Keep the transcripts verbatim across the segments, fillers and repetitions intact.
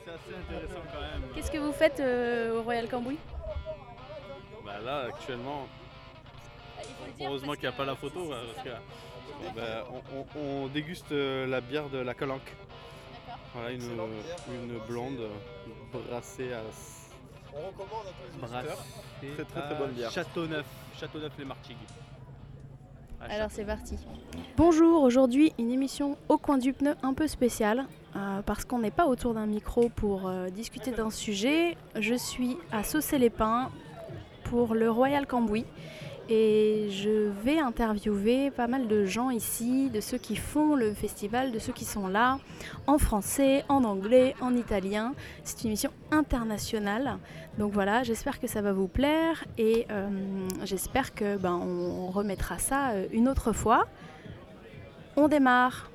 c'est assez intéressant quand même. Qu'est-ce que vous faites euh, au Royal Cambouis? Bah là, actuellement, heureusement qu'il n'y a pas la photo, ouais, parce que euh, bah, on, on- on déguste euh, la bière de la Calanque. Voilà, une, une blonde brassée à On recommande à tous les brassée auditeurs. Très très très bonne bière. Châteauneuf, Châteauneuf-les-Martigues. Alors c'est parti. Bonjour, aujourd'hui une émission au coin du pneu un peu spéciale euh, parce qu'on n'est pas autour d'un micro pour euh, discuter d'un sujet. Je suis à Saucé-les-Pins pour le Royal Cambouis et je vais interviewer pas mal de gens ici, de ceux qui font le festival, de ceux qui sont là, en français, en anglais, en italien. C'est une émission internationale, donc voilà, j'espère que ça va vous plaire et euh, j'espère que ben, on remettra ça euh, une autre fois. On démarre.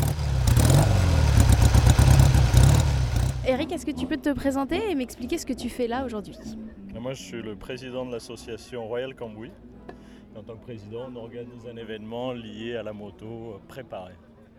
Eric, est-ce que tu peux te présenter et m'expliquer ce que tu fais là aujourd'hui ? Moi, je suis le président de l'association Royal Cambouis. En tant que président, on organise un événement lié à la moto préparée.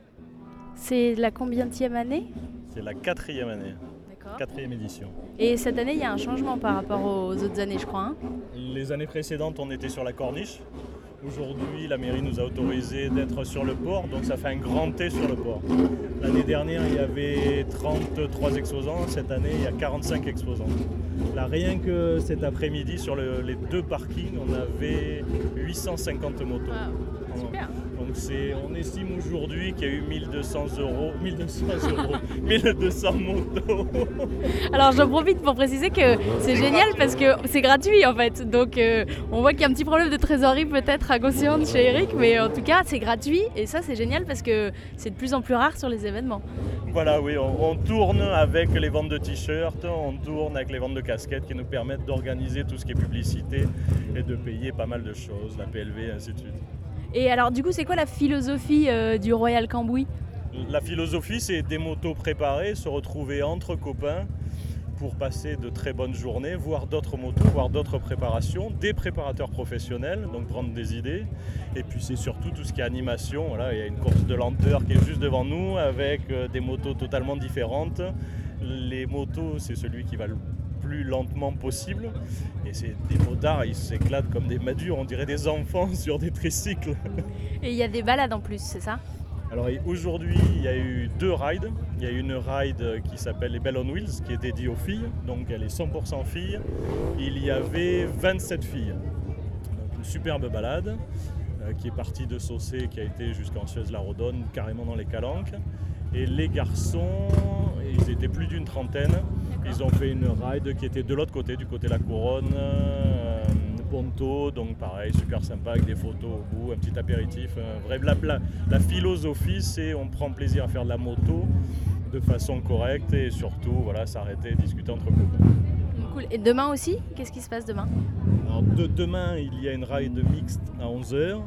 C'est la combienième année ? C'est la quatrième année, D'accord. quatrième édition. Et cette année, il y a un changement par rapport aux autres années, je crois. Hein ? Les années précédentes, on était sur la corniche. Aujourd'hui, la mairie nous a autorisé d'être sur le port, donc ça fait un grand T sur le port. L'année dernière, il y avait trente-trois exposants. Cette année, il y a quarante-cinq exposants. Là, rien que cet après-midi, sur le, les deux parkings, on avait huit cent cinquante motos. Wow, super. Donc c'est, on estime aujourd'hui qu'il y a eu mille deux cents euros, mille deux cents euros, mille deux cents motos. Alors j'en profite pour préciser que c'est génial parce que c'est gratuit en fait. Donc euh, on voit qu'il y a un petit problème de trésorerie peut-être inconsciente chez Eric, mais en tout cas c'est gratuit et ça c'est génial parce que c'est de plus en plus rare sur les événements. Voilà, oui, on, on tourne avec les ventes de t-shirts, on tourne avec les ventes de casquettes qui nous permettent d'organiser tout ce qui est publicité et de payer pas mal de choses, la P L V et ainsi de suite. Et alors du coup c'est quoi la philosophie euh, du Royal Cambouis ? La philosophie, c'est des motos préparées, se retrouver entre copains pour passer de très bonnes journées, voir d'autres motos, voir d'autres préparations, des préparateurs professionnels, donc prendre des idées. Et puis c'est surtout tout ce qui est animation. Voilà, il y a une course de lenteur qui est juste devant nous avec des motos totalement différentes. Les motos, c'est celui qui va le plus lentement possible. Et c'est des motards, ils s'éclatent comme des madures, on dirait des enfants sur des tricycles. Et il y a des balades en plus, c'est ça ? Alors aujourd'hui, il y a eu deux rides. Il y a une ride qui s'appelle les Bell on Wheels, qui est dédiée aux filles. Donc elle est cent pour cent filles. Il y avait vingt-sept filles. Donc une superbe balade euh, qui est partie de Saucé, qui a été jusqu'en Suez-la-Rodonne, carrément dans les Calanques. Et les garçons, ils étaient plus d'une trentaine. Ils ont fait une ride qui était de l'autre côté, du côté de la Couronne. Euh, Ponto, donc pareil, super sympa avec des photos au bout, un petit apéritif. Euh, vrai, la, la, la philosophie, c'est on prend plaisir à faire de la moto de façon correcte et surtout voilà, s'arrêter et discuter entre copains. Cool. Et demain aussi ? Qu'est-ce qui se passe demain ? Alors de, demain, il y a une ride mixte à onze heures.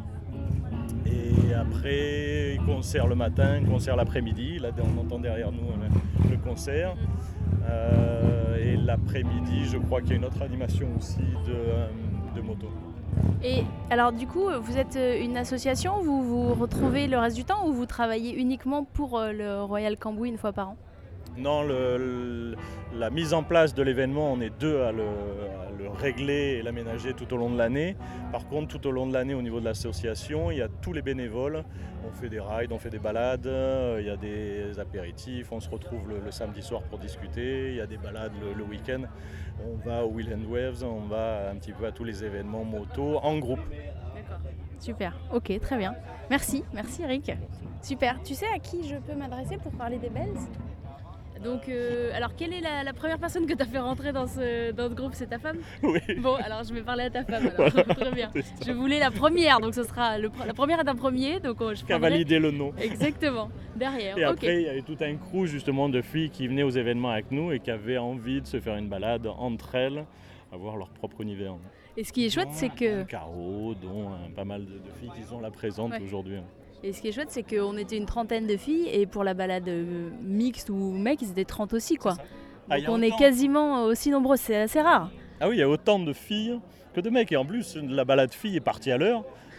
Et après, concert le matin, concert l'après-midi. Là, on entend derrière nous le, le concert. Euh, et l'après-midi, je crois qu'il y a une autre animation aussi de... Euh, de moto. Et alors du coup, vous êtes une association, vous vous retrouvez le reste du temps ou vous travaillez uniquement pour le Royal Cambouis une fois par an ? Non, le, le, la mise en place de l'événement, on est deux à le, à le régler et l'aménager tout au long de l'année. Par contre, tout au long de l'année, au niveau de l'association, il y a tous les bénévoles. On fait des rides, on fait des balades, il y a des apéritifs, on se retrouve le, le samedi soir pour discuter, il y a des balades le, le week-end. On va au Wheel and Waves, on va un petit peu à tous les événements moto en groupe. D'accord. Super, ok, très bien. Merci, merci Eric. Super. Tu sais à qui je peux m'adresser pour parler des Bells ? Donc, euh, alors, quelle est la, la première personne que tu as fait rentrer dans ce, dans ce groupe ? C'est ta femme ? Oui. Bon, alors je vais parler à ta femme. Alors. Voilà. Très bien. Je voulais la première, donc ce sera le, la première est un premier, donc oh, je qui a validé le nom. Exactement. Derrière. Et okay. après, il y avait tout un crew justement de filles qui venaient aux événements avec nous et qui avaient envie de se faire une balade entre elles, avoir leur propre univers. Et ce qui est chouette, c'est que Caro, dont hein, pas mal de, de filles qui sont là présentes ouais. aujourd'hui. Et ce qui est chouette, c'est qu'on était une trentaine de filles et pour la balade euh, mixte ou mec, ils étaient trente aussi, quoi. Ah, donc on est quasiment aussi nombreux, c'est assez rare. Ah oui, il y a autant de filles que de mecs. Et en plus, la balade fille est partie à l'heure.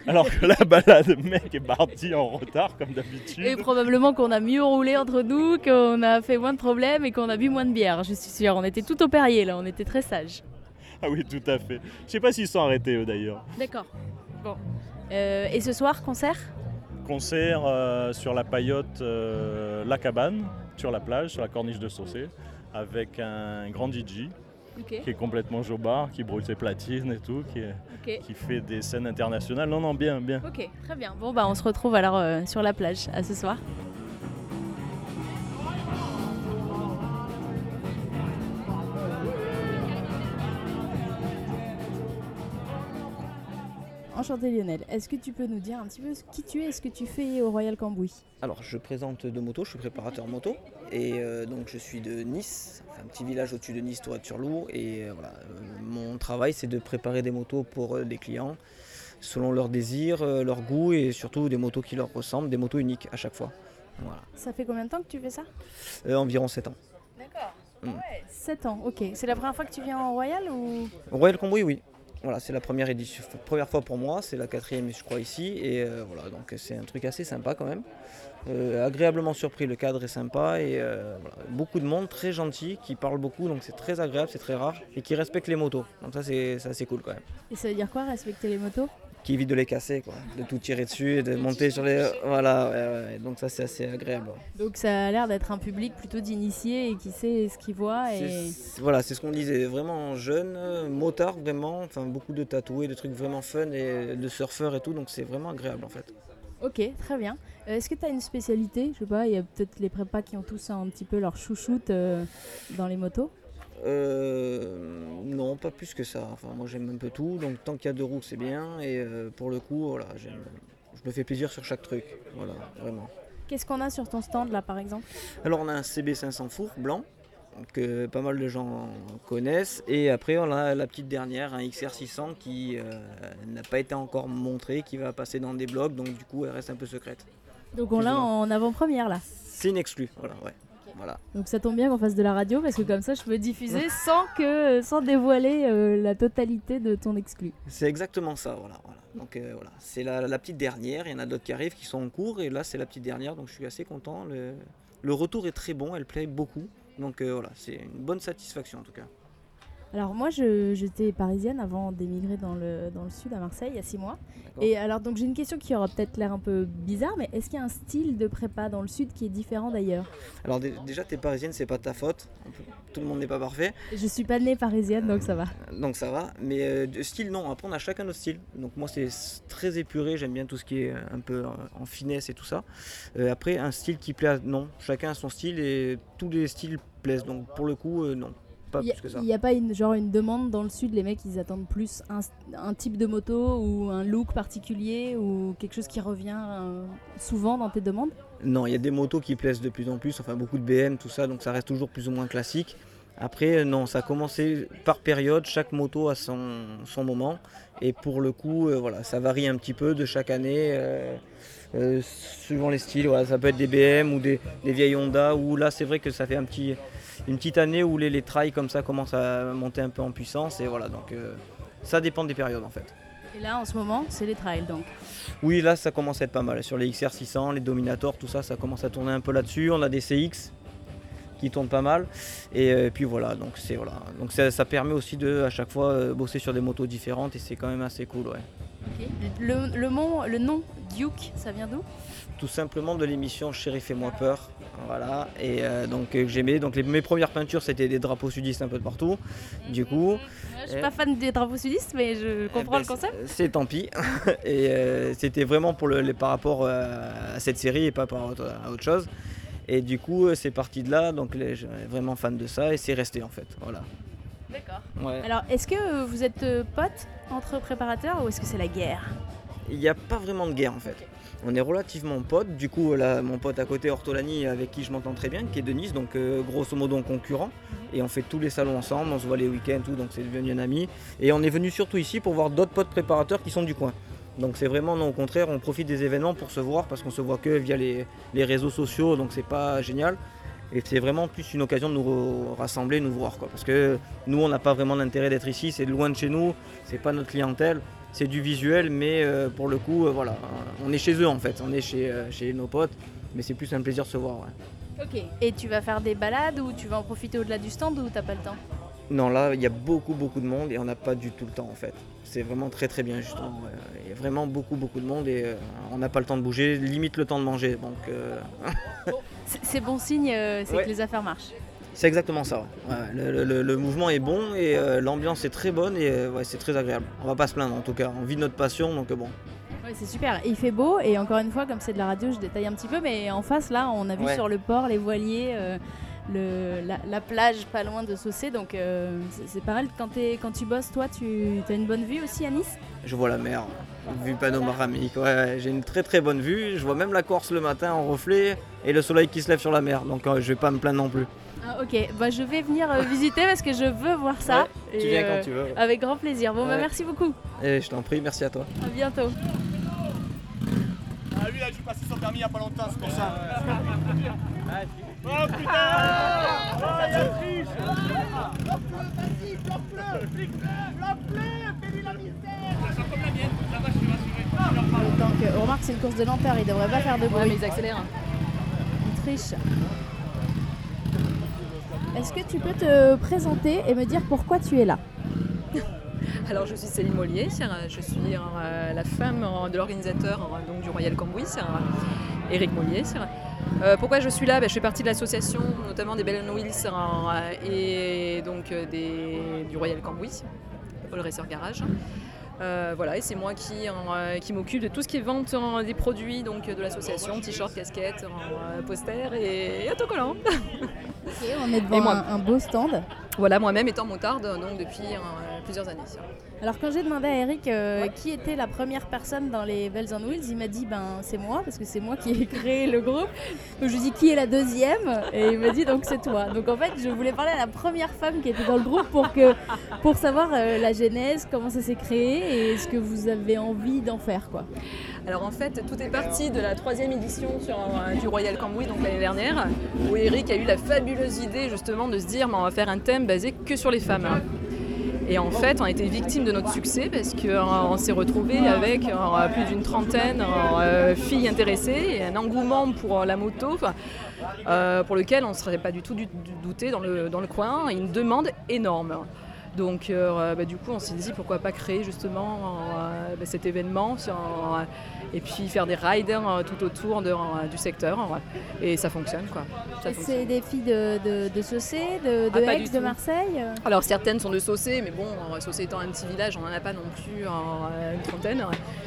Alors que là, bah, là, le mec est parti en retard comme d'habitude. Et probablement qu'on a mieux roulé entre nous, qu'on a fait moins de problèmes et qu'on a bu moins de bière, je suis sûre. On était tout au Perrier là, on était très sages. Ah oui, tout à fait. Je sais pas s'ils sont arrêtés eux d'ailleurs. D'accord. Bon. Euh, et ce soir, concert ? Concert euh, sur la paillote euh, La Cabane, sur la plage, sur la corniche de Saucé, avec un grand D J okay. qui est complètement jobard, qui brûle ses platines et tout, qui, est, okay. qui fait des scènes internationales. Non, non, bien, bien. Ok, très bien. Bon, bah on se retrouve alors euh, sur la plage. À ce soir. Enchanté Lionel, est-ce que tu peux nous dire un petit peu qui tu es et ce que tu fais au Royal Cambouis ? Alors je présente de moto, je suis préparateur moto et euh, donc je suis de Nice, un petit village au-dessus de Nice, Tourette-sur-Loup et euh, voilà, euh, mon travail c'est de préparer des motos pour euh, des clients selon leurs désirs, euh, leur goût et surtout des motos qui leur ressemblent, des motos uniques à chaque fois. Voilà. Ça fait combien de temps que tu fais ça ? euh, Environ sept ans. D'accord, mm. ouais, sept ans, ok. C'est la première fois que tu viens au Royal ou... Au Royal Cambouis, oui. Voilà, c'est la première édition, première fois pour moi, c'est la quatrième je crois ici et euh, voilà, donc c'est un truc assez sympa quand même. Euh, agréablement surpris, le cadre est sympa et euh, voilà, beaucoup de monde, très gentil, qui parle beaucoup, donc c'est très agréable, c'est très rare et qui respecte les motos. Donc ça c'est, ça, c'est cool quand même. Et ça veut dire quoi, respecter les motos ? Qui évite de les casser, quoi, de tout tirer dessus et de monter sur les... Voilà, ouais, ouais, donc ça c'est assez agréable. Donc ça a l'air d'être un public plutôt d'initiés et qui sait ce qu'il voit. Et... C'est, voilà, c'est ce qu'on disait, vraiment jeune, motard vraiment, enfin beaucoup de tatoués, de trucs vraiment fun et de surfeurs et tout, donc c'est vraiment agréable en fait. Ok, très bien. Euh, est-ce que tu as une spécialité ? Je sais pas, il y a peut-être les prépas qui ont tous un petit peu leur chouchoute euh, dans les motos. Euh, non, pas plus que ça. Enfin, moi j'aime un peu tout, donc tant qu'il y a deux roues c'est bien. Et euh, pour le coup, voilà, j'aime, je me fais plaisir sur chaque truc. Voilà, vraiment. Qu'est-ce qu'on a sur ton stand là par exemple ? Alors on a un C B cinq cents four blanc que pas mal de gens connaissent. Et après on a la petite dernière, un X R six cents qui euh, n'a pas été encore montré, qui va passer dans des blogs, donc du coup elle reste un peu secrète. Donc on l'a en avant-première là ? C'est une exclue, voilà, ouais. Voilà. Donc ça tombe bien qu'on fasse de la radio parce que comme ça je peux diffuser sans, que, sans dévoiler euh, la totalité de ton exclu. C'est exactement ça, voilà. voilà. Donc euh, voilà, c'est la, la petite dernière, il y en a d'autres qui arrivent qui sont en cours et là c'est la petite dernière donc je suis assez content. Le, le retour est très bon, elle plaît beaucoup donc euh, voilà, c'est une bonne satisfaction en tout cas. Alors moi je, j'étais parisienne avant d'émigrer dans le, dans le sud à Marseille il y a six mois. D'accord. Et alors donc j'ai une question qui aura peut-être l'air un peu bizarre, mais est-ce qu'il y a un style de prépa dans le sud qui est différent d'ailleurs ? Alors d- déjà t'es parisienne, c'est pas ta faute, peut, tout le monde n'est pas parfait. Je suis pas née parisienne donc ça va. Donc ça va, mais euh, de style non, après on a chacun notre style. Donc moi c'est très épuré, j'aime bien tout ce qui est un peu en finesse et tout ça. Euh, après un style qui plaît à... non, chacun a son style et tous les styles plaisent, donc pour le coup euh, non. Il n'y a, a pas une, genre une demande dans le sud, les mecs ils attendent plus un, un type de moto ou un look particulier ou quelque chose qui revient euh, souvent dans tes demandes ? Non, il y a des motos qui plaisent de plus en plus, enfin beaucoup de B M, tout ça, donc ça reste toujours plus ou moins classique. Après non, ça a commencé par période, chaque moto a son, son moment et pour le coup euh, voilà, ça varie un petit peu de chaque année. Euh, euh, suivant les styles, voilà, ça peut être des B M ou des, des vieilles Honda où là c'est vrai que ça fait un petit... une petite année où les, les trails comme ça commencent à monter un peu en puissance et voilà donc euh, ça dépend des périodes en fait. Et là en ce moment c'est les trails donc ? Oui là ça commence à être pas mal, sur les X R six cents, les Dominator, tout ça ça commence à tourner un peu là-dessus, on a des C X qui tournent pas mal et euh, puis voilà donc c'est voilà donc ça, ça permet aussi de à chaque fois euh, bosser sur des motos différentes et c'est quand même assez cool ouais. Okay. Le, le, mon, le nom Duke ça vient d'où ? Tout simplement de l'émission Chéri fais-moi peur, voilà, et euh, donc euh, j'aimais, donc les, mes premières peintures c'était des drapeaux sudistes un peu de partout, du coup... Ouais, je suis et... pas fan des drapeaux sudistes mais je comprends eh ben, le concept. C'est, c'est tant pis, et euh, c'était vraiment pour le, les, par rapport euh, à cette série et pas par autre, à autre chose, et du coup c'est parti de là, donc les, je suis vraiment fan de ça et c'est resté en fait, voilà. D'accord. Ouais. Alors est-ce que vous êtes euh, potes entre préparateurs ou est-ce que c'est la guerre ? Il n'y a pas vraiment de guerre en fait. Okay. On est relativement potes, du coup là, mon pote à côté Ortolani avec qui je m'entends très bien, qui est de Nice, donc euh, grosso modo concurrent, et on fait tous les salons ensemble, on se voit les week-ends, tout, donc c'est devenu un ami, et on est venu surtout ici pour voir d'autres potes préparateurs qui sont du coin. Donc c'est vraiment, non au contraire, on profite des événements pour se voir, parce qu'on se voit que via les, les réseaux sociaux, donc c'est pas génial, Et c'est vraiment plus une occasion de nous rassembler, nous voir, quoi. Parce que nous, on n'a pas vraiment d'intérêt d'être ici, c'est loin de chez nous, c'est pas notre clientèle, c'est du visuel, mais euh, pour le coup, euh, voilà, on est chez eux en fait, on est chez, euh, chez nos potes, mais c'est plus un plaisir de se voir. Ouais. Ok. Et tu vas faire des balades ou tu vas en profiter au-delà du stand ou t'as pas le temps? Non, là, il y a beaucoup, beaucoup de monde et on n'a pas du tout le temps en fait. C'est vraiment très, très bien justement. Il y a vraiment beaucoup, beaucoup de monde et euh, on n'a pas le temps de bouger, limite le temps de manger. Donc, euh... c'est, c'est bon signe, euh, c'est ouais. que les affaires marchent. C'est exactement ça. Ouais. Ouais, le, le, le mouvement est bon et euh, l'ambiance est très bonne et euh, ouais, c'est très agréable. On va pas se plaindre en tout cas. On vit notre passion, donc euh, bon. Ouais, c'est super. Il fait beau et encore une fois, comme c'est de la radio, je détaille un petit peu, mais en face là, on a vu ouais. sur le port les voiliers. Euh, Le, la, la plage pas loin de Saucé, donc euh, c'est, c'est pas mal. Quand, quand tu bosses, toi, tu as une bonne vue aussi à Nice? Je vois la mer, vue panoramique, ouais, j'ai une très très bonne vue. Je vois même la Corse le matin en reflet et le soleil qui se lève sur la mer, donc euh, je vais pas me plaindre non plus. Ah, ok, bah, je vais venir euh, visiter parce que je veux voir ça. Ouais, tu viens euh, quand tu veux. Avec grand plaisir. Bon, ouais. bah, merci beaucoup. Et je t'en prie, merci à toi. À bientôt. Ah, lui, là, j'ai passé son permis il y a pas longtemps, c'est pour ça. Oh putain! Oh, il y a triche! Vas-y, bloque-le! Bloque-le! Fais-lui la misère! Ça sent comme la mienne, ça va, je suis rassuré. Donc, on remarque que c'est une course de lenteur, il devrait pas faire de bruit. Ouais, mais ils accélèrent. Il triche. Est-ce que tu peux te présenter et me dire pourquoi tu es là? Alors, je suis Céline Mollier, je suis euh, la femme de l'organisateur donc, du Royal Cambouis, Éric Mollier. Euh, pourquoi je suis là? ben, Je fais partie de l'association, notamment des Bell on Wheels euh, et donc euh, des, du Royal Cambouis, All Racer Garage. Euh, voilà, et c'est moi qui, euh, qui m'occupe de tout ce qui est vente euh, des produits donc, de l'association, t-shirts, casquettes, euh, posters et, et autocollants. Ok, on est devant moi, un, un beau stand. Voilà, moi-même étant motarde donc, depuis euh, plusieurs années. Alors quand j'ai demandé à Eric euh, ouais. qui était la première personne dans les Bells on Wheels, il m'a dit ben c'est moi parce que c'est moi qui ai créé le groupe. Donc je lui ai dit qui est la deuxième et il m'a dit donc c'est toi. Donc en fait je voulais parler à la première femme qui était dans le groupe pour, que, pour savoir euh, la genèse, comment ça s'est créé et ce que vous avez envie d'en faire quoi. Alors en fait tout est parti de la troisième édition sur, euh, du Royal Cambouis donc l'année dernière où Eric a eu la fabuleuse idée justement de se dire ben, on va faire un thème basé que sur les femmes. Et en fait, on a été victime de notre succès parce qu'on euh, s'est retrouvés avec euh, plus d'une trentaine de euh, filles intéressées et un engouement pour euh, la moto euh, pour lequel on ne serait pas du tout du, du, douté dans le, dans le coin, et une demande énorme. Donc euh, bah, du coup, on s'est dit pourquoi pas créer justement euh, bah, cet événement sur, euh, et puis faire des rides euh, tout autour de, euh, du secteur euh, et ça fonctionne quoi. Ça et fonctionne. C'est des filles de, de, de Saucé, de, de ah, Aix, de Marseille? Alors certaines sont de Saucé, mais bon, Saucé étant un petit village, on n'en a pas non plus euh, une trentaine.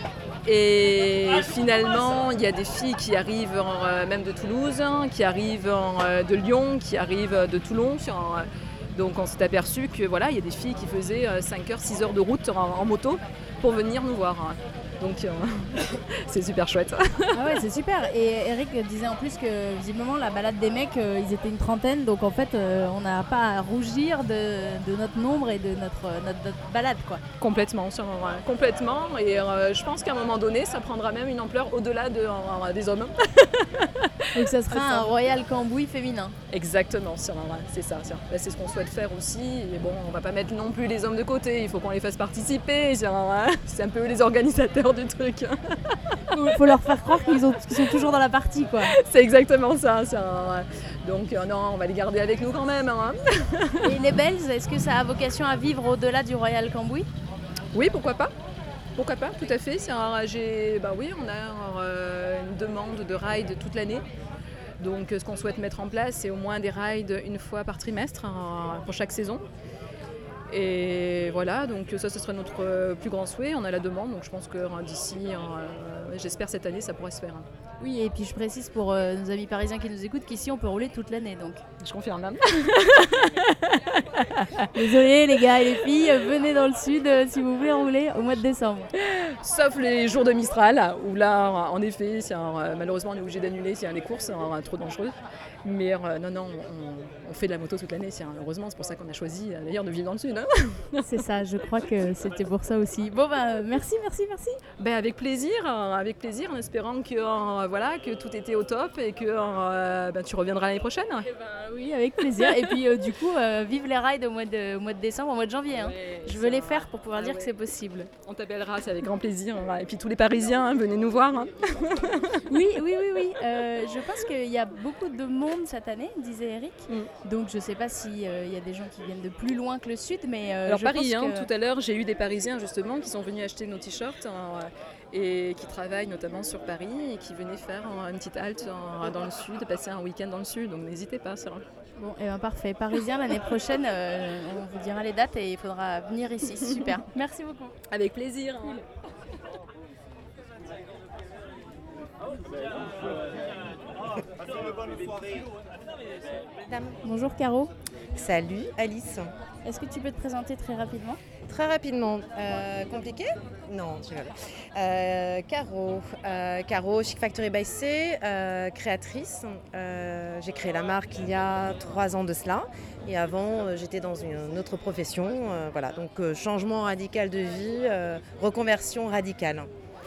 Et finalement, il y a des filles qui arrivent euh, même de Toulouse, qui arrivent euh, de Lyon, qui arrivent de Toulon. Sur, euh, Donc on s'est aperçu que voilà, il y a des filles qui faisaient cinq heures, six heures de route en, en moto pour venir nous voir. Donc euh, c'est super chouette. Ah ouais, c'est super. Et Eric disait en plus que visiblement la balade des mecs, euh, ils étaient une trentaine, donc en fait euh, on n'a pas à rougir de, de notre nombre et de notre, notre, notre balade quoi. Complètement, sur, euh, complètement. Et euh, je pense qu'à un moment donné, ça prendra même une ampleur au-delà de, euh, des hommes. Donc ça sera un Royal Cambouis féminin. Exactement, c'est, c'est ça. C'est, là, c'est ce qu'on souhaite faire aussi. Et bon, on va pas mettre non plus les hommes de côté, il faut qu'on les fasse participer. C'est un, c'est un peu les organisateurs du truc. Il faut leur faire croire qu'ils, ont, qu'ils sont toujours dans la partie quoi. C'est exactement ça. C'est un, donc euh, non, on va les garder avec nous quand même. Hein. Et les Bells, est-ce que ça a vocation à vivre au-delà du Royal Cambouis? Oui, pourquoi pas. Pourquoi pas, tout à fait. C'est un, j'ai, bah oui, on a euh, une demande de ride toute l'année. Donc ce qu'on souhaite mettre en place, c'est au moins des rides une fois par trimestre hein, pour chaque saison. Et voilà, donc ça, ce serait notre plus grand souhait. On a la demande, donc je pense que hein, d'ici, hein, j'espère cette année, ça pourrait se faire. Oui, et puis je précise pour euh, nos amis parisiens qui nous écoutent qu'ici, on peut rouler toute l'année. Donc. Je confirme même. Désolé les gars et les filles, venez dans le sud euh, si vous voulez rouler au mois de décembre. Sauf les jours de Mistral, où là, en effet, c'est un, malheureusement, on est obligé d'annuler s'il y a les courses, c'est un, trop dangereux. Mais euh, non, non, on, on fait de la moto toute l'année, c'est, heureusement, c'est pour ça qu'on a choisi d'ailleurs de vivre dans le sud. Hein. C'est ça, je crois que c'était pour ça aussi. Bon, bah, merci, merci, merci. Ben, avec plaisir, avec plaisir, en espérant que, euh, voilà, que tout était au top et que euh, ben, tu reviendras l'année prochaine. Eh ben, oui, avec plaisir. Et puis, euh, du coup, euh, vive les rides au mois, de, au mois de décembre, au mois de janvier. Hein. Ouais, je veux les faire pour pouvoir ah, dire ouais. que c'est possible. On t'appellera, c'est avec grand plaisir. Et puis tous les Parisiens, hein, venez nous voir. Hein. Oui, oui, oui, oui. Euh, je pense qu'il y a beaucoup de monde cette année, disait Eric. Mm. Donc je ne sais pas s'il euh, y a des gens qui viennent de plus loin que le sud, mais euh, alors je Paris, pense hein, que... tout à l'heure j'ai eu des Parisiens justement qui sont venus acheter nos t-shirts hein, et qui travaillent notamment sur Paris et qui venaient faire hein, une petite halte hein, dans le sud, passer un week-end dans le sud, donc n'hésitez pas. Ça. Bon, et ben parfait. Parisien, l'année prochaine, euh, on vous dira les dates et il faudra venir ici. Super. Merci beaucoup. Avec plaisir. Cool. Bonjour Caro. Salut Alice. Est-ce que tu peux te présenter très rapidement ? Très rapidement. Euh, compliqué ? Non, tu vois. Euh, Caro, euh, Caro, Chic Factory by C, euh, créatrice. Euh, j'ai créé la marque il y a trois ans de cela. Et avant, euh, j'étais dans une autre profession. Euh, voilà, donc euh, changement radical de vie, euh, reconversion radicale.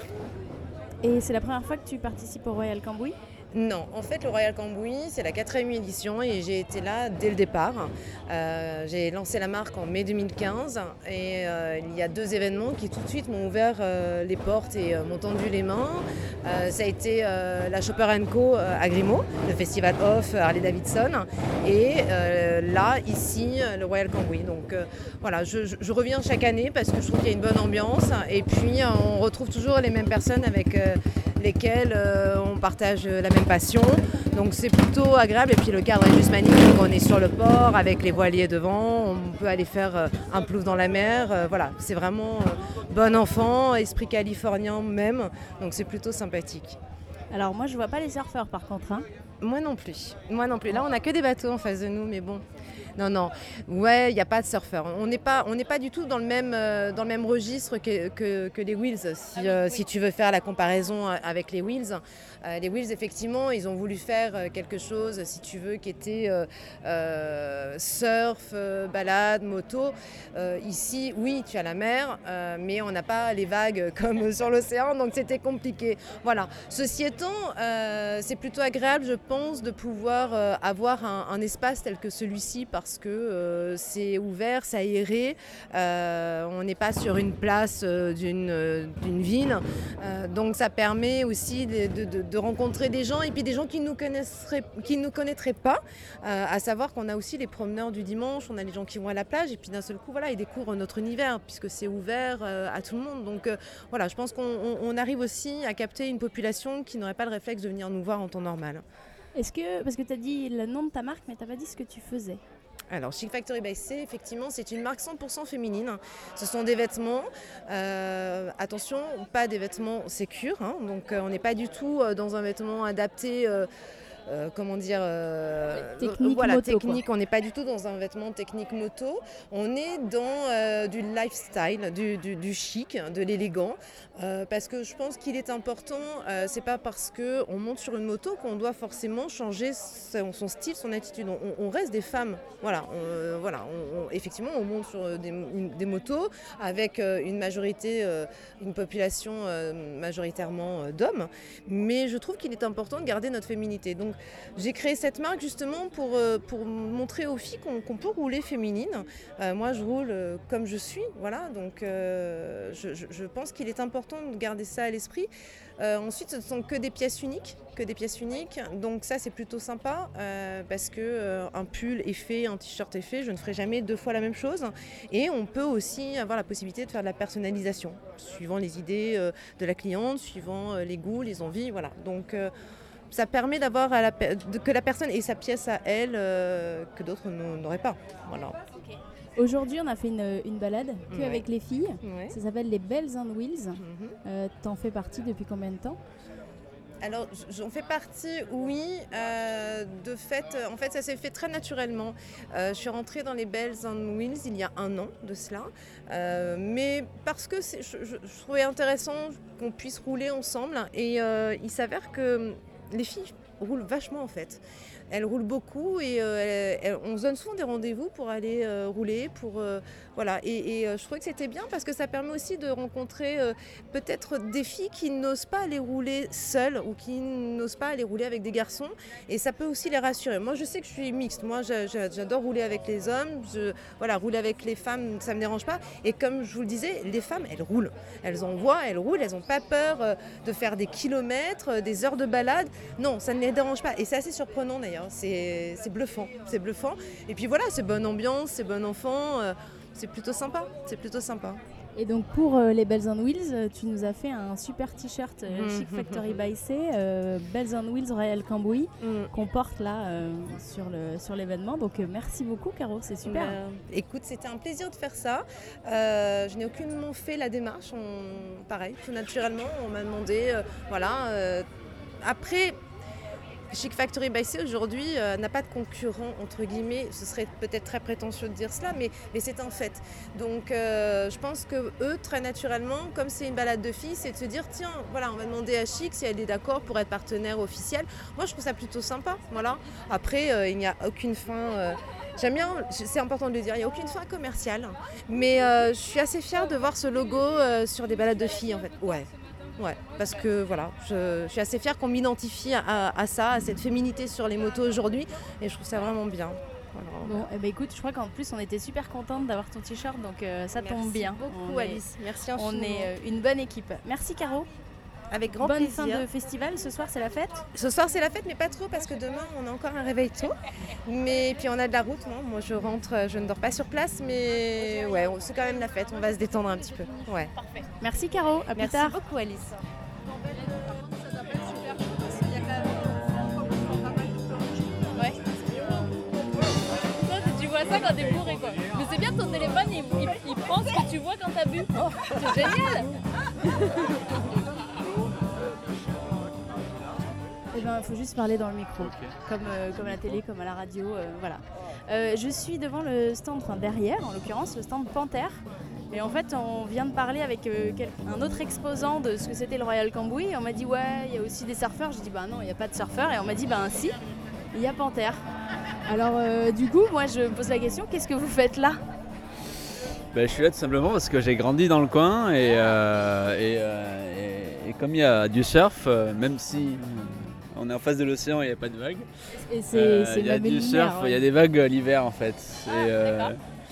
Et c'est la première fois que tu participes au Royal Cambouis ? Non, en fait le Royal Cambouis c'est la quatrième édition et j'ai été là dès le départ. Euh, j'ai lancé la marque en mai deux mille quinze et euh, il y a deux événements qui tout de suite m'ont ouvert euh, les portes et euh, m'ont tendu les mains. Euh, ça a été euh, la Shopper and Co à Grimaud, le festival Off Harley Davidson et euh, là ici le Royal Cambouis. Donc euh, voilà, je, je, je reviens chaque année parce que je trouve qu'il y a une bonne ambiance et puis on retrouve toujours les mêmes personnes avec euh, lesquelles euh, on partage la même passion, donc c'est plutôt agréable et puis le cadre est juste magnifique, on est sur le port avec les voiliers devant, on peut aller faire un plouf dans la mer, euh, voilà, c'est vraiment euh, bon enfant, esprit californien même, donc c'est plutôt sympathique. Alors moi je vois pas les surfeurs par contre. Hein. Moi non plus, moi non plus, là on a que des bateaux en face de nous mais bon. Non, non, ouais, il n'y a pas de surfeurs. On n'est pas, on n'est pas du tout dans le même, euh, dans le même registre que, que, que les Wheels, si, euh, si tu veux faire la comparaison avec les Wheels. Euh, les Wheels, effectivement, ils ont voulu faire quelque chose, si tu veux, qui était euh, euh, surf, euh, balade, moto. Euh, ici, oui, tu as la mer, euh, mais on n'a pas les vagues comme sur l'océan, donc c'était compliqué. Voilà. Ceci étant, euh, c'est plutôt agréable, je pense, de pouvoir euh, avoir un, un espace tel que celui-ci, parce que euh, c'est ouvert, c'est aéré, euh, on n'est pas sur une place euh, d'une, euh, d'une ville, euh, donc ça permet aussi de, de, de, de rencontrer des gens et puis des gens qui nous connaîtraient, qui nous connaîtraient pas, euh, à savoir qu'on a aussi les promeneurs du dimanche, on a les gens qui vont à la plage et puis d'un seul coup voilà, ils découvrent notre univers puisque c'est ouvert euh, à tout le monde, donc euh, voilà, je pense qu'on on, on arrive aussi à capter une population qui n'aurait pas le réflexe de venir nous voir en temps normal. Est-ce que, parce que tu as dit le nom de ta marque mais tu n'as pas dit ce que tu faisais. Alors, Chic Factory by C, effectivement, c'est une marque cent pour cent féminine. Ce sont des vêtements, euh, attention, pas des vêtements sécures, hein, donc euh, on n'est pas du tout euh, dans un vêtement adapté... Euh, Euh, comment dire, euh, technique voilà, moto, technique. Quoi. On n'est pas du tout dans un vêtement technique moto. On est dans euh, du lifestyle, du, du, du chic, de l'élégant. Euh, parce que je pense qu'il est important, euh, c'est pas parce qu'on monte sur une moto qu'on doit forcément changer son, son style, son attitude. On, on reste des femmes. Voilà, on, euh, voilà on, on, effectivement, on monte sur des, une, des motos avec euh, une majorité, euh, une population euh, majoritairement euh, d'hommes. Mais je trouve qu'il est important de garder notre féminité. Donc, j'ai créé cette marque justement pour, euh, pour montrer aux filles qu'on, qu'on peut rouler féminine. Euh, moi, je roule euh, comme je suis, voilà. Donc, euh, je, je, je pense qu'il est important de garder ça à l'esprit. Euh, ensuite, ce ne sont que des pièces uniques, que des pièces uniques. Donc ça, c'est plutôt sympa euh, parce que euh, un pull est fait, un t-shirt est fait. Je ne ferai jamais deux fois la même chose. Et on peut aussi avoir la possibilité de faire de la personnalisation, suivant les idées euh, de la cliente, suivant euh, les goûts, les envies, voilà. Donc euh, ça permet d'avoir à la, de, que la personne ait sa pièce à elle euh, que d'autres n'auraient pas. Voilà. Okay. Aujourd'hui, on a fait une, une balade que ouais. avec les filles. Ouais. Ça s'appelle les Bells on Wheels. Mm-hmm. Euh, t'en fais partie depuis combien de temps ? Alors, j'en fais partie, oui. Euh, de fait, en fait, ça s'est fait très naturellement. Euh, je suis rentrée dans les Bells on Wheels il y a un an de cela. Euh, mais parce que c'est, je, je, je trouvais intéressant qu'on puisse rouler ensemble. Et euh, il s'avère que les filles roulent vachement, en fait. Elles roulent beaucoup et euh, elles, elles, on se donne souvent des rendez-vous pour aller euh, rouler. Pour, euh, voilà. Et, et euh, je trouvais que c'était bien parce que ça permet aussi de rencontrer euh, peut-être des filles qui n'osent pas aller rouler seules ou qui n'osent pas aller rouler avec des garçons. Et ça peut aussi les rassurer. Moi, je sais que je suis mixte. Moi, je, je, j'adore rouler avec les hommes. Je, voilà, rouler avec les femmes, ça ne me dérange pas. Et comme je vous le disais, les femmes, elles roulent. Elles en voient, elles roulent. Elles n'ont pas peur euh, de faire des kilomètres, euh, des heures de balade. Non, ça ne les dérange pas. Et c'est assez surprenant d'ailleurs. C'est, c'est bluffant, c'est bluffant. Et puis voilà, c'est bonne ambiance, c'est bon enfant, euh, c'est plutôt sympa, c'est plutôt sympa. Et donc pour euh, les Bells on Wheels, tu nous as fait un super t-shirt euh, Chic Factory by C, euh, Bells on Wheels Royal Cambouis, mm. qu'on porte là euh, sur, le, sur l'événement. Donc euh, merci beaucoup Caro, c'est super. Euh, écoute, c'était un plaisir de faire ça. Euh, je n'ai aucunement fait la démarche. On, pareil, tout naturellement, on m'a demandé, euh, voilà. Euh, après... Chic Factory by C aujourd'hui euh, n'a pas de concurrent entre guillemets, ce serait peut-être très prétentieux de dire cela, mais, mais c'est un fait. Donc euh, je pense que eux très naturellement, comme c'est une balade de filles, c'est de se dire tiens voilà on va demander à Chic si elle est d'accord pour être partenaire officiel. Moi je trouve ça plutôt sympa, voilà. Après euh, il n'y a aucune fin. Euh, J'aime bien, c'est important de le dire, il n'y a aucune fin commerciale, mais euh, je suis assez fière de voir ce logo euh, sur des balades de filles en fait. Ouais. Ouais, parce que voilà, je, je suis assez fière qu'on m'identifie à, à ça, à cette féminité sur les motos aujourd'hui, et je trouve ça vraiment bien. Voilà. Bon, eh ben écoute, je crois qu'en plus on était super contente d'avoir ton t-shirt, donc euh, ça Merci tombe bien. Beaucoup, on Alice. Est, Merci infiniment. On est euh, une bonne équipe. Merci Caro. Avec grand Bonne plaisir. fin de festival, ce soir c'est la fête? Ce soir c'est la fête, mais pas trop parce que demain on a encore un réveil tôt. Mais puis on a de la route, non moi je rentre, je ne dors pas sur place, mais ouais, c'est quand même la fête, on va se détendre un petit peu. Ouais. Parfait. Merci Caro, à Merci plus tard. beaucoup Alice. Ouais. Tu vois ça quand t'es bourré quoi. Mais c'est bien ton téléphone, il, il, il pense que tu vois quand t'as bu. C'est génial. Eh ben, il faut juste parler dans le micro, okay. comme, euh, comme à la télé, comme à la radio, euh, voilà. Euh, je suis devant le stand, enfin derrière en l'occurrence, le stand Panthère. Et en fait, on vient de parler avec euh, quel... un autre exposant de ce que c'était le Royal Cambouis. Et on m'a dit, ouais, il y a aussi des surfeurs. J'ai dit, bah non, il n'y a pas de surfeurs. Et on m'a dit, bah si, il y a Panthère. Alors, euh, du coup, moi, je me pose la question, qu'est-ce que vous faites là? Ben, je suis là tout simplement parce que j'ai grandi dans le coin. Et, euh, et, euh, et, et comme il y a du surf, euh, même si on est en face de l'océan et il n'y a pas de vagues, et c'est, euh, c'est il y a du surf, il ouais. y a des vagues l'hiver en fait. Ah, et, euh,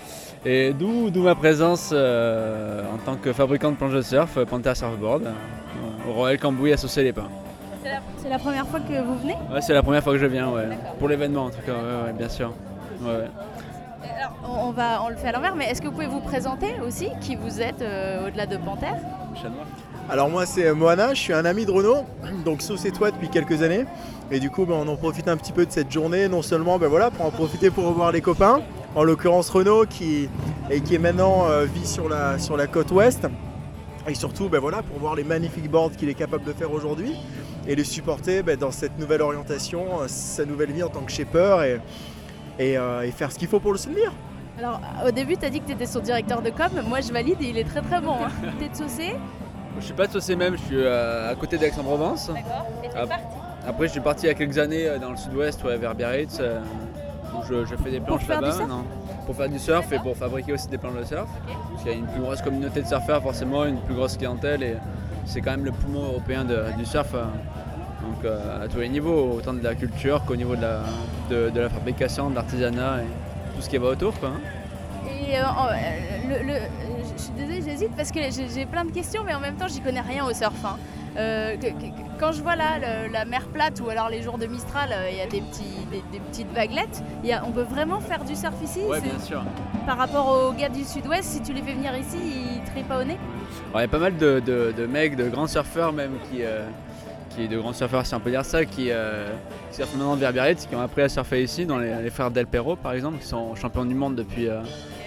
Et d'où, d'où ma présence euh, en tant que fabricant de planches de surf, Panthère Surfboard, euh, au Royal Cambouis à Saucé-les-Pins. C'est la, c'est la première fois que vous venez? Ouais, c'est la première fois que je viens, ouais. Pour l'événement en tout cas, ouais, ouais, bien sûr. Ouais, ouais. Alors, on, va, on le fait à l'envers, mais est-ce que vous pouvez vous présenter aussi, qui vous êtes euh, au-delà de Panthère? Chanois. Alors moi c'est Moana, je suis un ami de Renaud, donc Saucé-toi depuis quelques années. Et du coup ben, on en profite un petit peu de cette journée, non seulement ben, voilà, pour en profiter pour revoir les copains, en l'occurrence Renaud qui, et qui est maintenant euh, vit sur la, sur la côte ouest. Et surtout ben, voilà, pour voir les magnifiques boards qu'il est capable de faire aujourd'hui et les supporter ben, dans cette nouvelle orientation, euh, sa nouvelle vie en tant que shaper et, et, euh, et faire ce qu'il faut pour le soutenir. Alors au début tu as dit que tu étais son directeur de com, moi je valide et il est très très bon. Hein. Tu es de Saucé? Je suis pas de Saucé même, je suis euh, à côté d'Aix-en-Provence. D'accord. Et tu es parti? Après je suis parti il y a quelques années dans le sud-ouest, ouais, vers Biarritz, euh, où je, je fais des planches pour là-bas. Non, pour faire du surf. D'accord. Et pour fabriquer aussi des planches de surf. Okay. Parce qu'il y a une plus grosse communauté de surfeurs forcément, une plus grosse clientèle et c'est quand même le poumon européen de, du surf. Euh, donc euh, à tous les niveaux, autant de la culture qu'au niveau de la, de, de la fabrication, de l'artisanat et tout ce qui va autour. Quoi, hein. Et euh, le, le, je suis désolée, j'hésite parce que j'ai, j'ai plein de questions, mais en même temps, j'y connais rien au surf. Hein. Euh, que, que, quand je vois là le, la mer plate ou alors les jours de Mistral, il euh, y a des, petits, des, des petites vaguelettes. Y a, on peut vraiment faire du surf ici? Oui, bien sûr. Par rapport aux gars du sud-ouest, si tu les fais venir ici, ils tripent pas au nez? Il y a pas mal de, de, de mecs, de grands surfeurs même, qui, euh, qui, de grands surfeurs si on peut dire ça, qui, euh, qui surfent maintenant vers Biarritz, qui ont appris à surfer ici, dans les, les frères Del Perro par exemple, qui sont champions du monde depuis... Euh,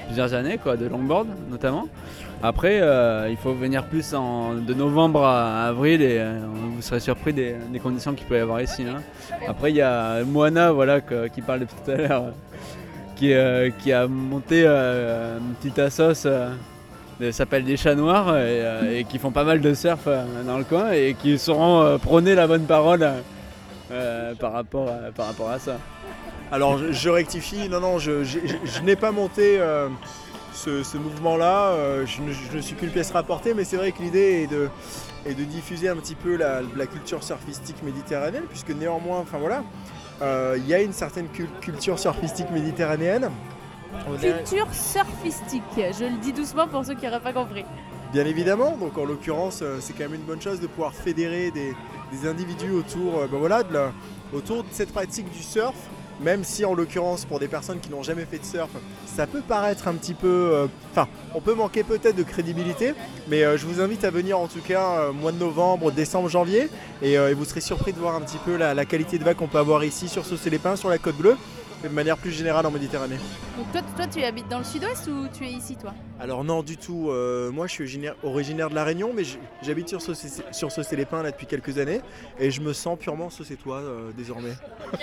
plusieurs années, quoi, de longboard notamment. Après, euh, il faut venir plus en, de novembre à avril et euh, vous serez surpris des, des conditions qu'il peut y avoir ici. Hein. Après, il y a Moana, voilà, que, qui parlait tout à l'heure, qui, euh, qui a monté euh, une petite assoce. Euh, Ça s'appelle des chats noirs et, euh, et qui font pas mal de surf euh, dans le coin et qui sauront euh, prôner la bonne parole euh, par, rapport à, par rapport à ça. Alors je, je rectifie, non non, je, je, je, je n'ai pas monté euh, ce, ce mouvement-là, euh, je, ne, je ne suis qu'une pièce rapportée, mais c'est vrai que l'idée est de, est de diffuser un petit peu la, la culture surfistique méditerranéenne, puisque néanmoins, enfin voilà, euh, il y a une certaine cul- culture surfistique méditerranéenne. Culture surfistique, je le dis doucement pour ceux qui n'auraient pas compris. Bien évidemment, donc en l'occurrence, c'est quand même une bonne chose de pouvoir fédérer des, des individus autour, ben voilà, de la, autour de cette pratique du surf, même si en l'occurrence pour des personnes qui n'ont jamais fait de surf, ça peut paraître un petit peu... Enfin, euh, on peut manquer peut-être de crédibilité, mais euh, je vous invite à venir en tout cas euh, mois de novembre, décembre, janvier, et, euh, et vous serez surpris de voir un petit peu la, la qualité de vague qu'on peut avoir ici sur Saucé-les-Pins, sur la Côte Bleue, de manière plus générale en Méditerranée. Donc toi, toi tu habites dans le sud-ouest ou tu es ici toi? Alors non du tout, euh, moi je suis originaire, originaire de La Réunion, mais j'habite sur, Saucé, sur Saucé-les-Pins là depuis quelques années et je me sens purement saucétois euh, désormais.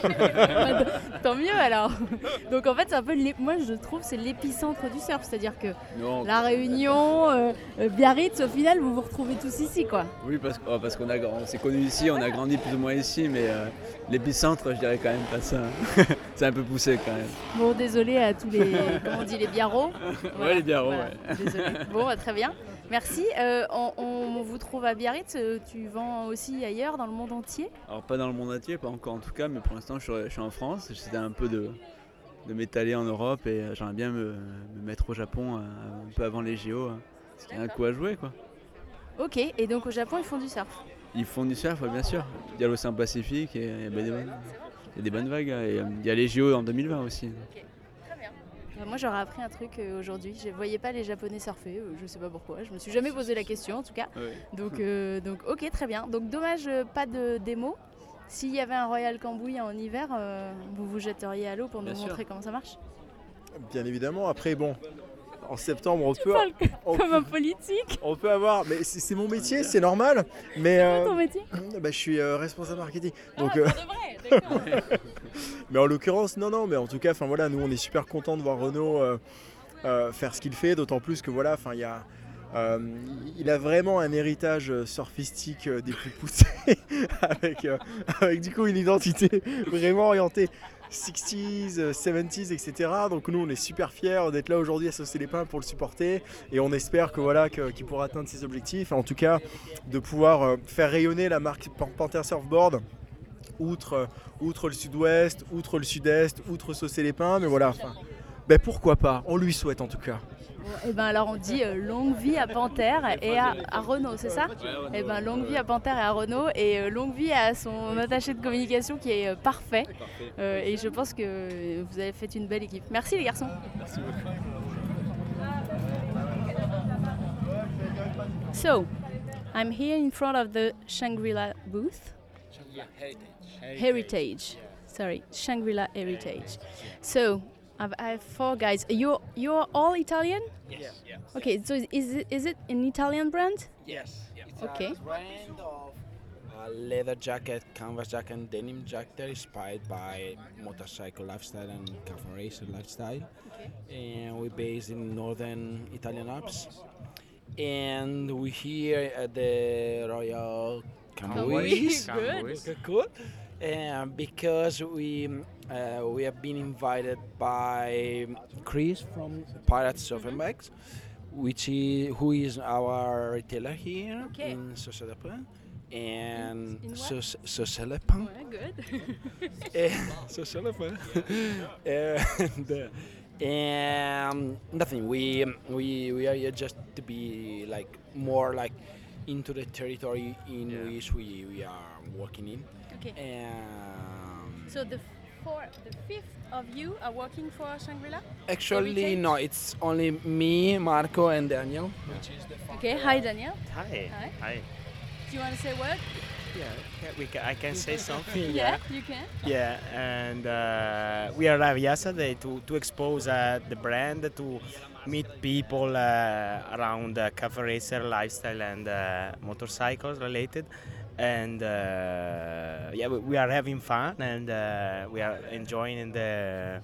Tant mieux alors. Donc en fait c'est un peu, moi je trouve c'est l'épicentre du surf, c'est-à-dire que non, La Réunion, euh, Biarritz, au final vous vous retrouvez tous ici quoi. Oui parce, oh, parce qu'on a, on s'est connus ici, on a grandi plus ou moins ici, mais euh, l'épicentre je dirais quand même pas ça. C'est un peu poussé quand même. Bon désolé à tous les, comment on dit, les biarros. Voilà. Ouais les biarros, voilà. ouais. Désolé. Bon bah, très bien. Merci. Euh, on, on vous trouve à Biarritz, tu vends aussi ailleurs dans le monde entier? Alors pas dans le monde entier, pas encore en tout cas, mais pour l'instant je suis, je suis en France. J'essaie un peu de, de m'étaler en Europe et j'aimerais bien me, me mettre au Japon un, un peu avant les J O, hein, parce qu'il y a un coup à jouer quoi. Ok, et donc au Japon ils font du surf? Ils font du surf, ouais, bien sûr. Il y a l'océan Pacifique et il y a des bonnes, il y a des bonnes vagues. Et il y a les J O en deux mille vingt aussi. Okay. Très bien. Moi j'aurais appris un truc euh, aujourd'hui, je ne voyais pas les Japonais surfer, euh, je ne sais pas pourquoi, je me suis jamais posé la question en tout cas. Ouais. Donc, euh, donc ok très bien, donc dommage euh, pas de démo. S'il y avait un Royal Cambouis en hiver, euh, vous vous jetteriez à l'eau pour bien nous sûr. Montrer comment ça marche? Bien évidemment, après bon... En septembre, on tu peut. On, comme un politique. On peut avoir, mais c'est, c'est mon métier, c'est normal. Mais c'est quoi ton métier? Bah, je suis euh, responsable marketing. Donc, ah, euh... de vrai, d'accord. Mais en l'occurrence, non, non. Mais en tout cas, enfin voilà, nous, on est super contents de voir Renaud euh, euh, faire ce qu'il fait, d'autant plus que voilà, enfin, il y a. Euh, il a vraiment un héritage surfistique euh, des plus poussés, avec, euh, avec du coup une identité vraiment orientée sixties, seventies, et cetera. Donc nous on est super fiers d'être là aujourd'hui à Saucé-les-Pins pour le supporter et on espère que voilà que, qu'il pourra atteindre ses objectifs. En tout cas de pouvoir euh, faire rayonner la marque Panther Surfboard outre, euh, outre le sud-ouest, outre le sud-est, outre Saucé-les-Pins. Mais voilà, enfin, ben pourquoi pas, on lui souhaite en tout cas. Bon, et ben alors on dit euh, longue vie à Panther et à, à Renaud, c'est ça? Et ben longue vie à Panther et à Renaud et euh, longue vie à son attaché de communication qui est euh, parfait. Euh, et je pense que vous avez fait une belle équipe. Merci les garçons. Merci beaucoup. So, I'm here in front of the Shangri-La booth. Heritage. Heritage. Sorry, Shangri-La Heritage. So. I have four guys. You're you're all Italian? Yes. yes. Okay, so is it is it an Italian brand? Yes. It's okay. a brand of uh, leather jacket, canvas jacket, and denim jacket inspired by motorcycle lifestyle and cafe racer lifestyle. Okay. And we're based in northern Italian Alps. And we're here at the Royal Cambouis. Good. Okay, cool. And because we uh, we have been invited by Chris from Pirates Surfing Bags, which is who is our retailer here okay. in Saucé-les-Pins, and in, in Saucé-les-Pins. Oh, good. Saucé-les-Pins. and uh, and nothing. We we we are here just to be like more like into the territory in yeah. which we we are working in. Okay. Um, so the four, the fifth of you are working for Shangri-La? Actually, no. It's only me, Marco, and Daniel. Okay. Hi, Daniel. Hi. Hi. Hi. Do you want to say a word? Yeah, yeah, we ca- I can say something. Yeah, you can. Yeah, and uh, we arrived yesterday to, to expose uh, the brand, to meet people uh, around uh, cafe racer, lifestyle, and uh, motorcycles related. And uh, yeah, we, we are having fun, and uh, we are enjoying the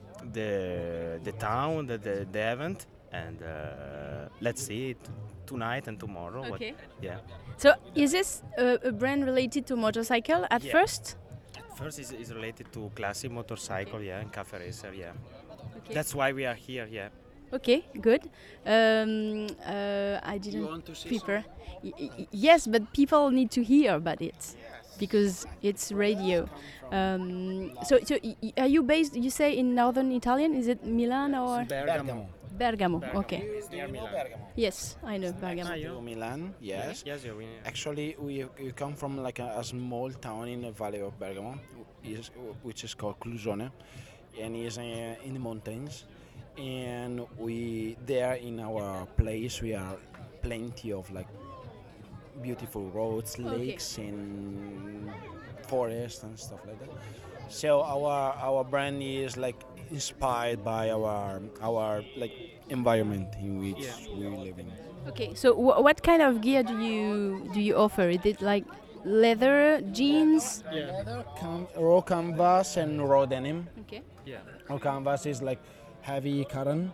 the the town, the the, the event, and uh, let's see it tonight and tomorrow. Okay. What, yeah. So is this a, a brand related to motorcycle at Yeah. first? First is, is related to classic motorcycle, yeah, and cafe racer, yeah. Okay. That's why we are here, yeah. Okay, good. Um, uh, I didn't want to say prepare. Y- y- yes, but people need to hear about it because it's radio. Um, so, so y- y- are you based? You say in northern Italian? Is it Milan or Bergamo. Bergamo? Okay. Near Milan. Yes, I know Bergamo. To Milan, yes. Yes, you're in. Actually, we, we come from like a, a small town in the valley of Bergamo, is, which is called Clusone, and is uh, in the mountains. And we there in our place we are plenty of like beautiful roads, Okay. lakes, and forest and stuff like that. So our our brand is like inspired by our our like environment in which Yeah. we live in. Okay. So, wh- what kind of gear do you do you offer? Is it like leather, jeans? Leather, cam- raw canvas and raw denim. Okay. Yeah. Raw canvas is like heavy cotton,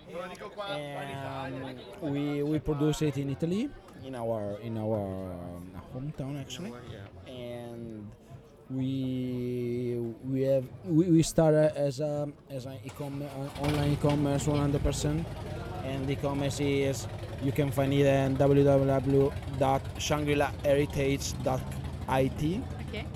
and we we produce it in Italy, in our in our um, hometown actually, and we we have we, we started as a as an e-commerce uh, online e-commerce one hundred percent, and e-commerce is you can find it in w w w dot shangri-la heritage dot I T. Okay.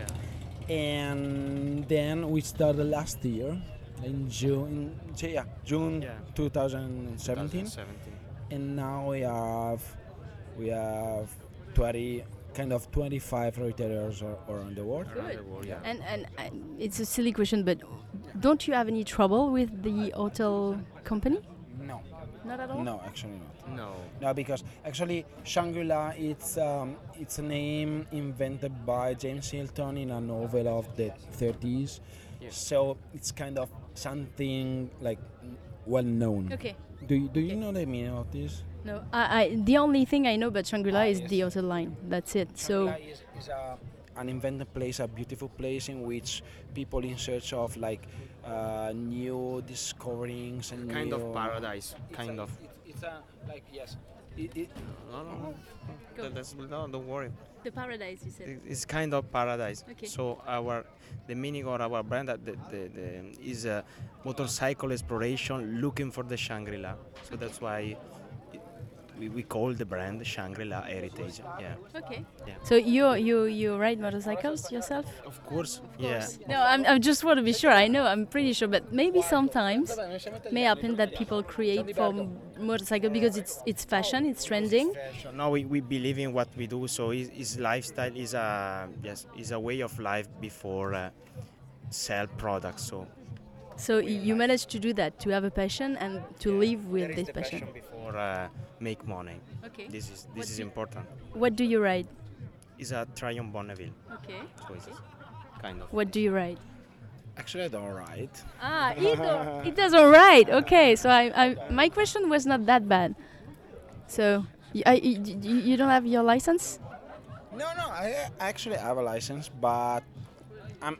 And then we started last year in June, in, yeah, June Yeah. twenty seventeen, twenty seventeen. and now we have we have twenty kind of twenty-five retailers ar- around the world. Around the world, yeah. And and uh, it's a silly question, but don't you have any trouble with the hotel company? No, Not at all. no, actually not. No. No, because actually Shangri-La it's um, it's a name invented by James Hilton in a novel of the thirties. Yeah. So it's kind of something like well known. Okay. Do you, do you know the meaning of this? No, I, I the only thing I know about Shangri-La Ah, is yes. the hotel line. That's it. So Shangri-La is, is a, an invented place, a beautiful place in which people in search of like uh, new discoverings and Kind new of paradise, It's kind a, of. It's, it's a like yes. It, it, No, no, no. Go. That- that's, no, don't worry. the paradise, you said. It- It's kind of paradise. Okay. So our the meaning of our brand that the, the, the is a motorcycle exploration looking for the Shangri-La. So that's why it, we, we call the brand Shangri-La Heritage. Yeah. Okay. Yeah. So you you you ride motorcycles yourself? Of course. Yeah. No, I'm I just want to be sure. I know, I'm pretty sure, but maybe sometimes may happen that people create for m- motorcycle because it's it's fashion, it's trending. So now we, we believe in what we do. So is, is lifestyle is a yes is a way of life before uh, sell products. So So y- you managed to do that, to have a passion and to live with this passion. before uh, make money. Okay. This is What this is do- important. What do you ride? It's a Triumph Bonneville. Okay. So it's kind of. What do you ride? actually I don't ride. Ah, it, do- it doesn't ride. Okay, so I, I my question was not that bad. So y- I, y- y- y- you don't have your license? No, no, I I actually have a license, but I'm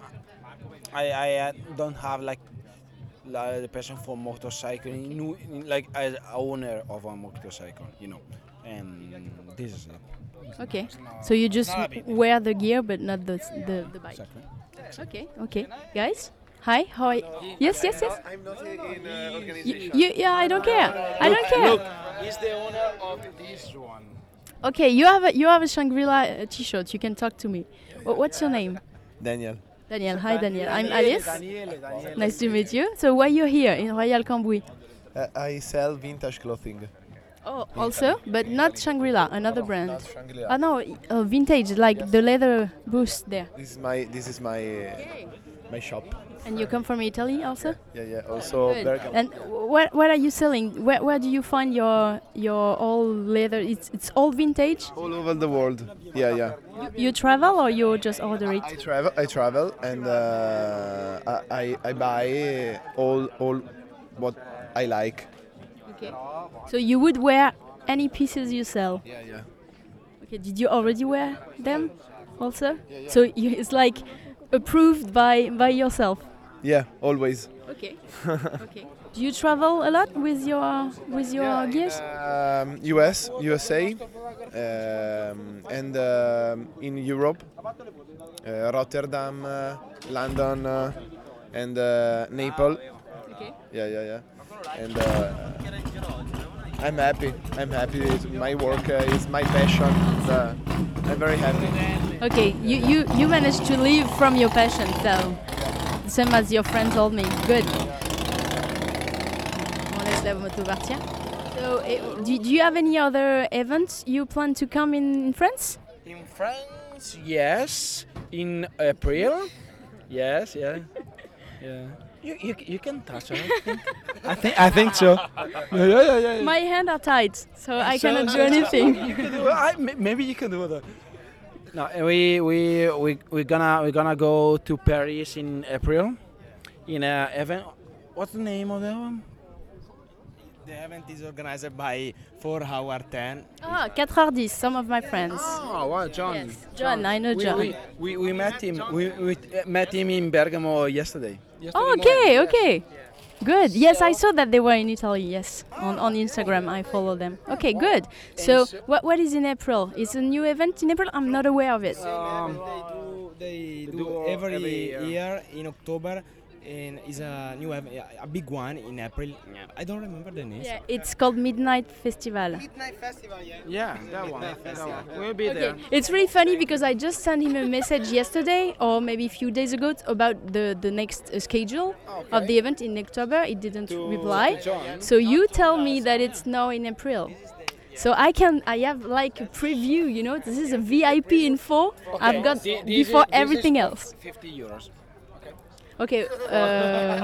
I I uh, don't have like la- the passion for motorcycle, in, in, like as owner of a motorcycle, you know, and this is it. Okay. So you just Not a big deal. wear the gear but not the s- the, the bike. Exactly. Okay. Okay. Guys, hi. How are you? Yes, yes, yes. I'm not in uh, Y- organization. you, yeah, I don't care. I don't care. Look, he's the owner of this one. Okay, you have a you have a Shangri-La uh, T-shirt. You can talk to me. Wh- What's your name? Daniel. Daniel. Hi, Daniel. I'm Alice. Daniele, Daniele. Nice to meet you. So why you're here in Royal Cambouis? Uh, I sell vintage clothing. Oh, also, but not Shangri-La, another brand. Not Shangri-La. Oh no, uh, vintage, like the leather booth there. This is my this is my uh, my shop. And you come from Italy also? Yeah, yeah. Also Good. Bergamo. And what what are you selling? Where where do you find your your all leather? It's it's all vintage. All over the world. Yeah, yeah. You travel or you just order it? I travel. I travel, and uh, I, I I buy all all what I like. Okay. So you would wear any pieces you sell? Yeah, yeah. Okay. Did you already wear them also? Yeah, yeah. So you, it's like approved by by yourself. Yeah, always. Okay. Okay. Do you travel a lot with your with your Yeah, gears? Um, U S, U S A, um, and um in Europe, uh, Rotterdam, uh, London, uh, and uh, Naples. Okay. Yeah, yeah, yeah. And uh, I'm happy. I'm happy. It's my work uh, is my passion. And, uh, I'm very happy. Okay. You you you managed to live from your passion, so same as your friend told me. Good. On laisse la moto partir. So, eh, do, do you have any other events you plan to come in, in France? In France, yes. In April, yes, yeah, yeah. You you, you can touch her. I think I think so. Yeah, yeah, yeah, yeah. My hands are tied, so I So- cannot so- do anything. You can do it. I, may- maybe you can do it. No, we we we we gonna we gonna go to Paris in April, in a event. What's the name of that one? The event is organized by four hour ten. Ah, four heures ten, some of my friends. Oh, wow, John. Yes, John, I know we, John. We, we, we met him. We, we uh, met him in Bergamo yesterday. yesterday Oh, okay, okay. Good. Yes, I saw that they were in Italy. Yes, on, on Instagram, I follow them. Okay, good. So, what what is in April? Is a new event in April? I'm not aware of it. Um, they do, they do every, every year. year in October, and is a new event, a big one in April. I don't remember the name. Yeah, it's called Midnight Festival. Yeah, that one. That one. We'll be Okay. there. It's really funny because I just sent him a message yesterday or maybe a few days ago t- about the, the next uh, schedule of the event in October. He didn't reply. to join. So you tell me that it's now in April. So I can I have like a preview, you know, this is a V I P info I've got Thi- this before is- this everything is else. fifty euros. Okay, uh,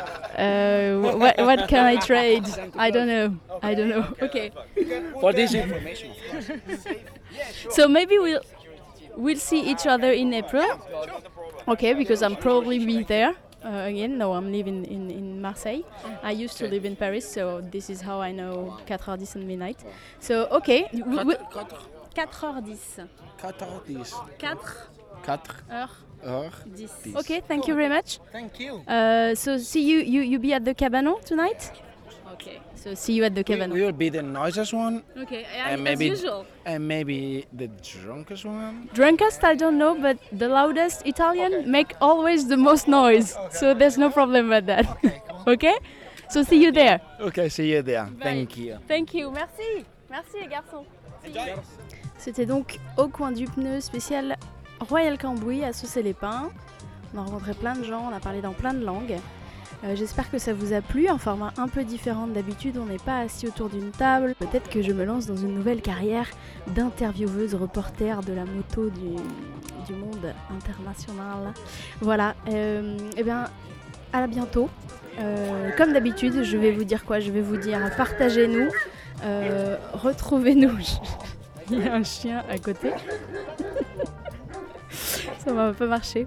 uh, what, what can I trade? I don't know. I don't know. Okay. For this information, of course. So maybe we'll we'll see each other in April. Okay, because I'm probably be there uh, again. No, I'm living in, in Marseille. I used to live in Paris, so this is how I know four heures ten and midnight. So okay, we- we- four heures ten. Quatre heures dix. four Quatre heures heures ten. Okay, thank you very much. Thank you. Uh, so see you, you you be at the Cabanon tonight? Okay, so see you at the We, Cabanon. we will be the noisiest one. Okay, and as maybe usual. and maybe the drunkest one. Drunkest, I don't know, but the loudest Italian make always the most noise. So there's no problem with that. Okay? So see you there. Okay, see you there. Thank you. Thank you. Merci. Merci les garçons. C'était donc Au coin du pneu spécial Royal Cambouis à Saucé-les-Pins. On a rencontré plein de gens, on a parlé dans plein de langues. Euh, J'espère que ça vous a plu, un format un peu différent d'habitude, on n'est pas assis autour d'une table. Peut-être que je me lance dans une nouvelle carrière d'intervieweuse, reporter de la moto du, du monde international. Voilà, euh, et bien à bientôt. Euh, comme d'habitude, je vais vous dire quoi? Je vais vous dire partagez-nous, euh, retrouvez-nous. Il y a un chien à côté. Ça va pas marcher.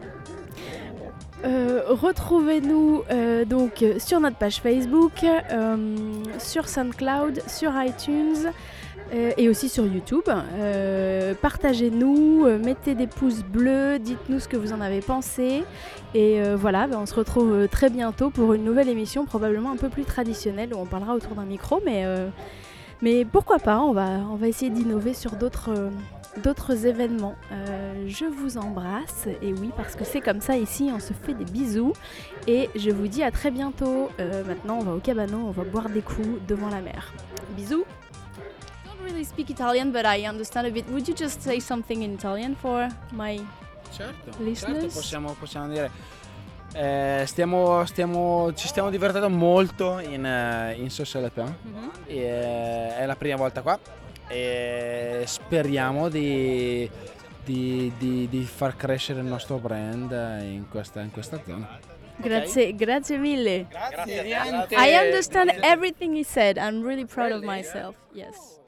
Euh, Retrouvez-nous euh, donc sur notre page Facebook, euh, sur SoundCloud, sur iTunes euh, et aussi sur YouTube. Euh, Partagez-nous, euh, mettez des pouces bleus, dites-nous ce que vous en avez pensé. Et euh, voilà, ben on se retrouve euh, très bientôt pour une nouvelle émission, probablement un peu plus traditionnelle, où on parlera autour d'un micro, mais, euh, mais pourquoi pas, on va, on va essayer d'innover sur d'autres... Euh, d'autres événements. Euh, je vous embrasse, et oui, parce que c'est comme ça ici, on se fait des bisous, et je vous dis à très bientôt. Euh, maintenant, on va au cabanon, on va boire des coups devant la mer. Bisous. I don't really speak Italian, but I understand a bit. Would you just say something in Italian for my Certo, listeners? certo, possiamo, possiamo dire. Eh, stiamo, stiamo, ci stiamo divertendo molto in, eh, in Saucé-les-Pins. Mhm. E, eh, è la prima volta qua e speriamo di, di, di, di far crescere il nostro brand in questa, in questa zona. Grazie, grazie mille. Grazie. I understand everything he said. I'm really proud of myself. Yes.